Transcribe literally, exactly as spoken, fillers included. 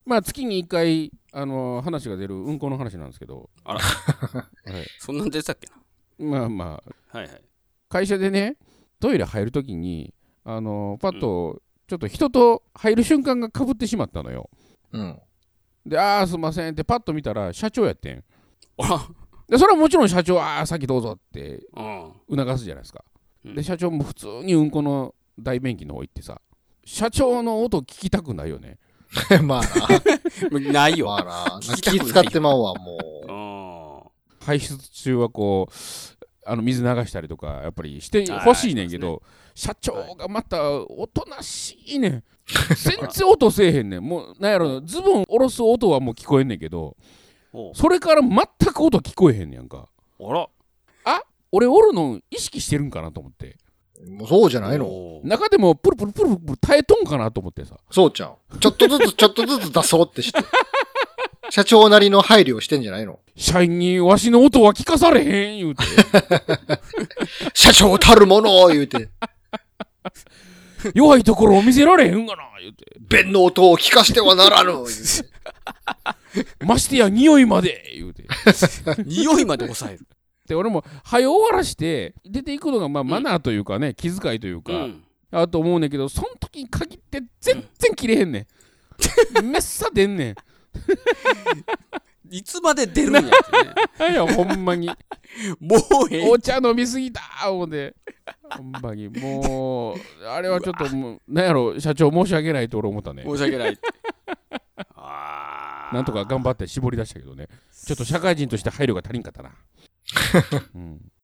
まあ月にいっかいあの話が出るうんこの話なんですけど、 あら、 はい、 そんなん出てたっけな。 まあまあ、はいはい、 会社でねトイレ入るときにあのパッとちょっと人と入る瞬間がかぶってしまったのよ、うん、であーすいませんってパッと見たら社長やってん。あらでそれはもちろん社長あー先どうぞって促すじゃないですか、うん、で社長も普通にうんこの大便器の方行ってさ、社長の音聞きたくないよねまあなないよ、 まあな気使ってまうわもう排出中はこうあの水流したりとかやっぱりしてほしいねんけど、ね、社長がまたおとなしいねん全然音せえへんねん。もうなんやろズボン下ろす音はもう聞こえんねんけど、それから全く音聞こえへんねやんか。あらあ俺おるの意識してるんかなと思って、 もうそうじゃないの、 中でもプルプルプルプル耐えとんかなと思ってさ、 そうちゃんちょっとずつちょっとずつ出そうってして社長なりの配慮をしてんじゃないの。 社員にわしの音は聞かされへん言うて社長たるものを言うて弱いところを見せられへんがな言うて、 弁の音を聞かしてはならぬ言うてましてや匂いまで言うて匂いまで抑えるで俺も早終わらして出ていくのがまあマナーというかね、うん、気遣いというか、うん、あと思うねんけど、その時に限って全然切れへんねんめっさ出んねんいつまで出るんやってねいやほんまにもうええお茶飲みすぎた思うて、ほんまにもうあれはちょっともうなんやろ社長申し訳ないと俺思ったね。 申し訳ないなんとか頑張って絞り出したけどね、ちょっと社会人として配慮が足りんかったな、うん